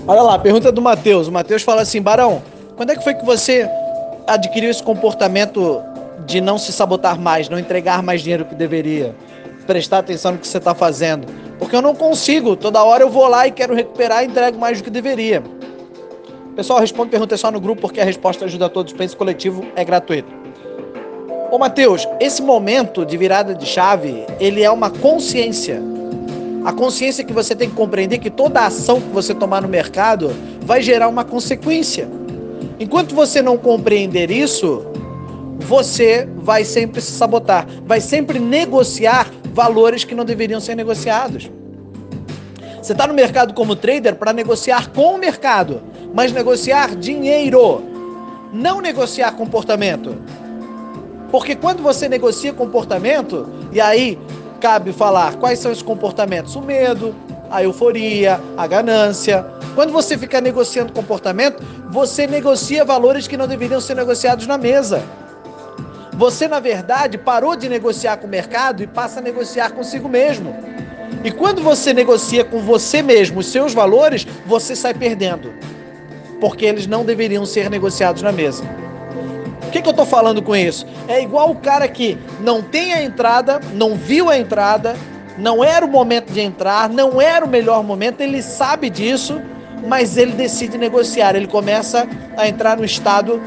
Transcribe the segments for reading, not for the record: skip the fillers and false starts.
Olha lá, pergunta do Matheus. O Matheus fala assim: Barão, quando é que foi que você adquiriu esse comportamento de não se sabotar mais, não entregar mais dinheiro que deveria, prestar atenção no que você está fazendo? Porque eu não consigo, toda hora eu vou lá e quero recuperar e entrego mais do que deveria. Pessoal, responde pergunta só no grupo, porque a resposta ajuda a todos. Penso coletivo é gratuito. Ô Matheus, esse momento de virada de chave, ele é uma consciência. A consciência que você tem que compreender que toda ação que você tomar no mercado vai gerar uma consequência. Enquanto você não compreender isso, você vai sempre se sabotar, vai sempre negociar valores que não deveriam ser negociados. Você está no mercado como trader para negociar com o mercado, mas negociar dinheiro, não negociar comportamento. Porque quando você negocia comportamento, e aí cabe falar quais são esses comportamentos: o medo, a euforia, a ganância. Quando você fica negociando comportamento, você negocia valores que não deveriam ser negociados na mesa. Você, na verdade, parou de negociar com o mercado e passa a negociar consigo mesmo. E quando você negocia com você mesmo os seus valores, você sai perdendo. Porque eles não deveriam ser negociados na mesa. O que eu tô falando com isso? É igual o cara que não tem a entrada, não viu a entrada, não era o momento de entrar, não era o melhor momento, ele sabe disso, mas ele decide negociar. Ele começa a entrar no estado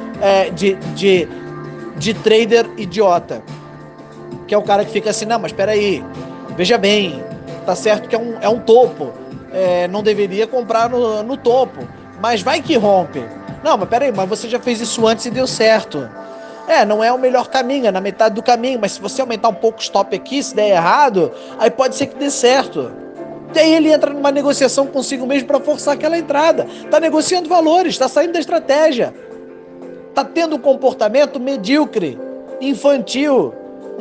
de trader idiota. Que é o cara que fica assim: não, mas peraí, veja bem, tá certo que é um topo, não deveria comprar no topo, mas vai que rompe. Não, mas peraí, mas você já fez isso antes e deu certo. Não é o melhor caminho, é na metade do caminho, mas se você aumentar um pouco o stop aqui, se der errado, aí pode ser que dê certo. E aí ele entra numa negociação consigo mesmo para forçar aquela entrada. Tá negociando valores, tá saindo da estratégia. Tá tendo um comportamento medíocre, infantil,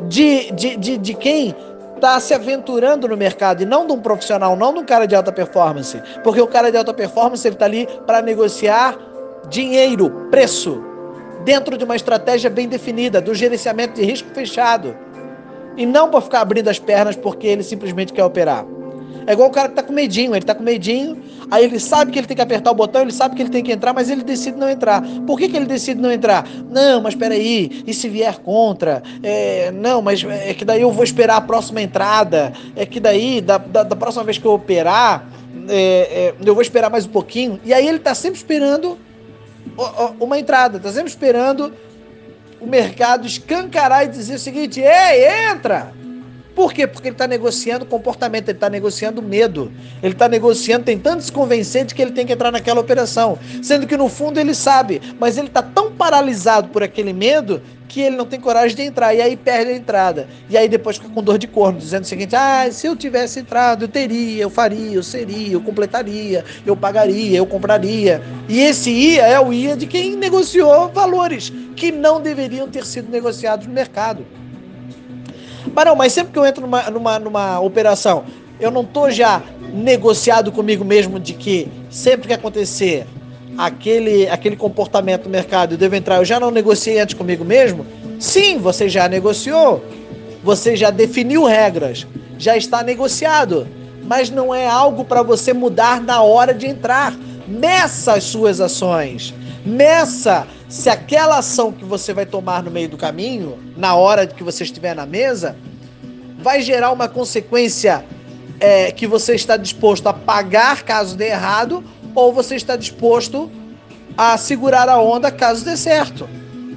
de quem tá se aventurando no mercado, e não de um profissional, não de um cara de alta performance. Porque o cara de alta performance, ele tá ali para negociar dinheiro, preço, dentro de uma estratégia bem definida, do gerenciamento de risco fechado, e não para ficar abrindo as pernas porque ele simplesmente quer operar. É igual o cara que tá com medinho, ele tá com medinho, aí ele sabe que ele tem que apertar o botão, ele sabe que ele tem que entrar, mas ele decide não entrar. Por que ele decide não entrar? Não, mas peraí, e se vier contra? Não, mas é que daí eu vou esperar a próxima entrada, é que daí, da próxima vez que eu operar, eu vou esperar mais um pouquinho, e aí ele tá sempre esperando uma entrada, tá sempre esperando o mercado escancarar e dizer o seguinte: ei, entra! Por quê? Porque ele está negociando comportamento, ele está negociando medo, ele está negociando, tentando se convencer de que ele tem que entrar naquela operação, sendo que no fundo ele sabe, mas ele está tão paralisado por aquele medo que ele não tem coragem de entrar, e aí perde a entrada, e aí depois fica com dor de corno, dizendo o seguinte: se eu tivesse entrado, eu teria, eu faria, eu seria, eu completaria, eu pagaria, eu compraria. E esse IA é o IA de quem negociou valores que não deveriam ter sido negociados no mercado. Barão, mas sempre que eu entro numa operação, eu não tô já negociado comigo mesmo de que sempre que acontecer aquele comportamento no mercado eu devo entrar, eu já não negociei antes comigo mesmo? Sim, você já negociou, você já definiu regras, já está negociado, mas não é algo para você mudar na hora de entrar. Meça as suas ações, meça se aquela ação que você vai tomar no meio do caminho, na hora que você estiver na mesa, vai gerar uma consequência que você está disposto a pagar caso dê errado, ou você está disposto a segurar a onda caso dê certo.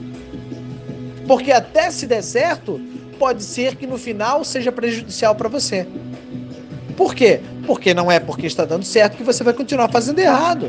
Porque até se der certo, pode ser que no final seja prejudicial para você. Por quê? Porque não é porque está dando certo que você vai continuar fazendo errado.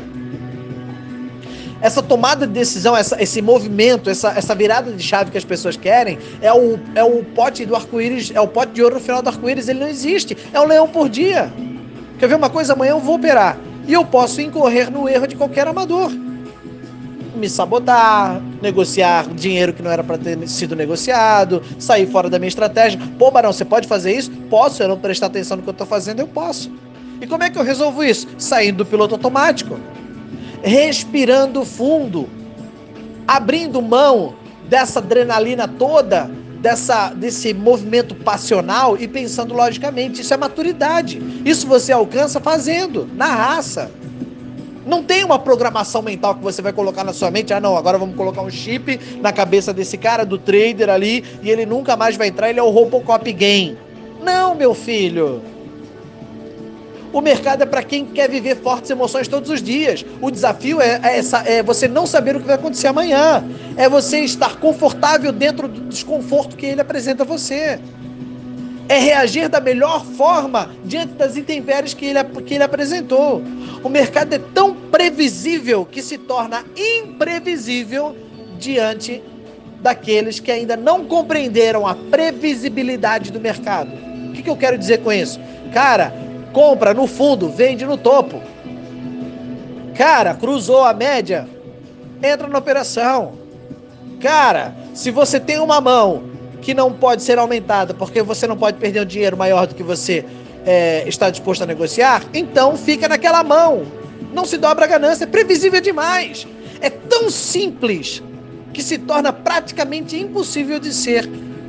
Essa tomada de decisão, esse movimento, essa virada de chave que as pessoas querem, é o pote do arco-íris, é o pote de ouro no final do arco-íris. Ele não existe, é um leão por dia. Quer ver uma coisa? Amanhã eu vou operar, e eu posso incorrer no erro de qualquer amador. Me sabotar, negociar dinheiro que não era para ter sido negociado, sair fora da minha estratégia. Pô, Barão, você pode fazer isso? Posso, eu não prestar atenção no que eu estou fazendo, eu posso. E como é que eu resolvo isso? Saindo do piloto automático, respirando fundo, abrindo mão dessa adrenalina toda, desse movimento passional e pensando logicamente. Isso é maturidade. Isso você alcança fazendo, na raça. Não tem uma programação mental que você vai colocar na sua mente, não, agora vamos colocar um chip na cabeça desse cara, do trader ali, e ele nunca mais vai entrar, ele é o Robocop Game. Não, meu filho. O mercado é para quem quer viver fortes emoções todos os dias. O desafio é você não saber o que vai acontecer amanhã. É você estar confortável dentro do desconforto que ele apresenta a você. É reagir da melhor forma diante das intempéries que ele apresentou. O mercado é tão previsível que se torna imprevisível diante daqueles que ainda não compreenderam a previsibilidade do mercado. O que eu quero dizer com isso? Cara, compra no fundo, vende no topo. Cara, cruzou a média, entra na operação. Cara, se você tem uma mão que não pode ser aumentada porque você não pode perder um dinheiro maior do que você está disposto a negociar, então fica naquela mão. Não se dobra a ganância, é previsível demais. É tão simples que se torna praticamente impossível de ser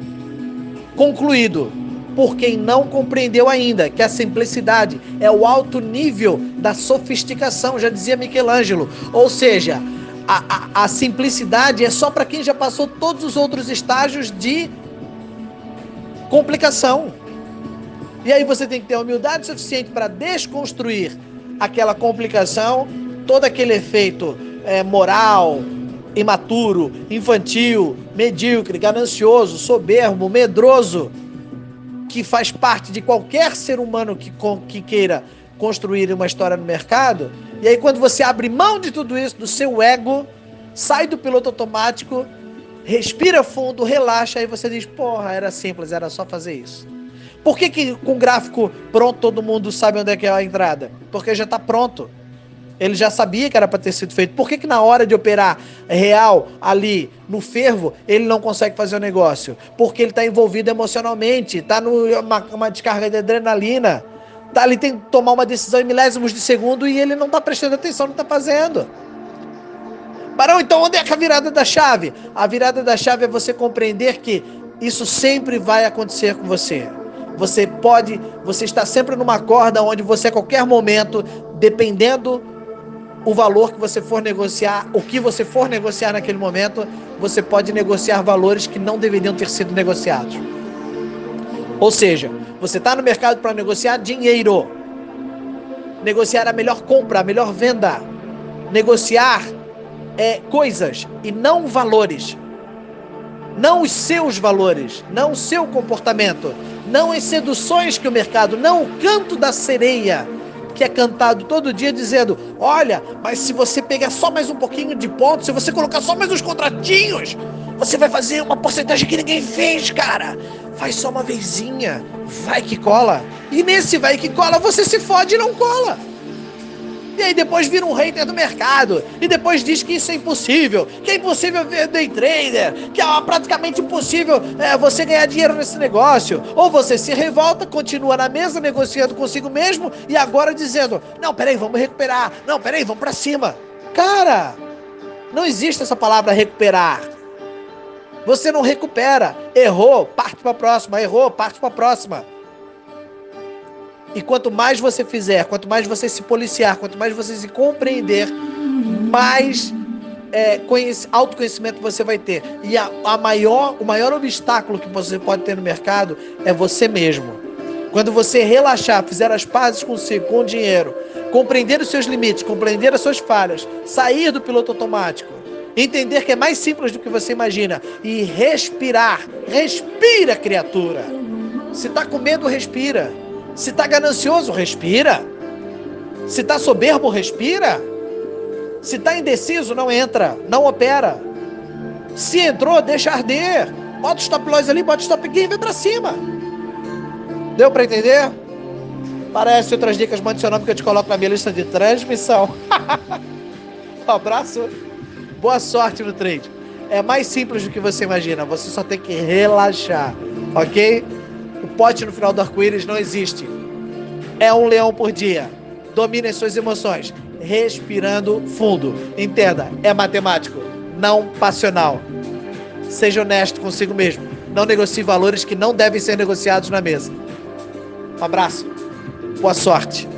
concluído por quem não compreendeu ainda que a simplicidade é o alto nível da sofisticação, já dizia Michelangelo. Ou seja, a simplicidade é só para quem já passou todos os outros estágios de complicação. E aí você tem que ter a humildade suficiente para desconstruir aquela complicação, todo aquele efeito moral, imaturo, infantil, medíocre, ganancioso, soberbo, medroso, que faz parte de qualquer ser humano que queira construir uma história no mercado. E aí quando você abre mão de tudo isso, do seu ego, sai do piloto automático, respira fundo, relaxa, aí você diz, porra, era simples, era só fazer isso. Por que com gráfico pronto todo mundo sabe onde é que é a entrada? Porque já está pronto. Ele já sabia que era para ter sido feito. Por que na hora de operar real, ali, no fervo, ele não consegue fazer o negócio? Porque ele está envolvido emocionalmente, está numa descarga de adrenalina, tá ali, tem que tomar uma decisão em milésimos de segundo e ele não está prestando atenção no que está fazendo. Barão, então onde é que a virada da chave? A virada da chave é você compreender que isso sempre vai acontecer com você. Você está sempre numa corda onde você a qualquer momento, dependendo o valor que você for negociar, o que você for negociar naquele momento, você pode negociar valores que não deveriam ter sido negociados. Ou seja, você está no mercado para negociar dinheiro, negociar a melhor compra, a melhor venda, negociar coisas e não valores. Não os seus valores, não o seu comportamento, não as seduções que o mercado, não o canto da sereia que é cantado todo dia dizendo, olha, mas se você pegar só mais um pouquinho de pontos, se você colocar só mais uns contratinhos, você vai fazer uma porcentagem que ninguém fez, cara. Faz só uma vezinha, vai que cola. E nesse vai que cola, você se fode e não cola. E aí depois vira um hater do mercado. E depois diz que isso é impossível. Que é impossível ver day trader. Que é praticamente impossível você ganhar dinheiro nesse negócio. Ou você se revolta, continua na mesa negociando consigo mesmo. E agora dizendo, não, peraí, vamos recuperar. Não, peraí, vamos pra cima. Cara, não existe essa palavra recuperar. Você não recupera. Errou, parte pra próxima. Errou, parte pra próxima. E quanto mais você fizer, quanto mais você se policiar, quanto mais você se compreender, mais autoconhecimento você vai ter. E o maior obstáculo que você pode ter no mercado é você mesmo. Quando você relaxar, fizer as pazes consigo, com o dinheiro, compreender os seus limites, compreender as suas falhas, sair do piloto automático, entender que é mais simples do que você imagina e respirar. Respira, criatura. Se tá com medo, respira. Se tá ganancioso, respira. Se tá soberbo, respira. Se tá indeciso, não entra, não opera. Se entrou, deixa arder. Bota o stop loss ali, bota o stop gain e vem pra cima. Deu pra entender? Parece outras dicas, mande seu nome que eu te coloco na minha lista de transmissão. Um abraço, boa sorte no trade. É mais simples do que você imagina, você só tem que relaxar, ok? O pote no final do arco-íris não existe. É um leão por dia. Domine as suas emoções, respirando fundo. Entenda, é matemático, não passional. Seja honesto consigo mesmo. Não negocie valores que não devem ser negociados na mesa. Um abraço. Boa sorte.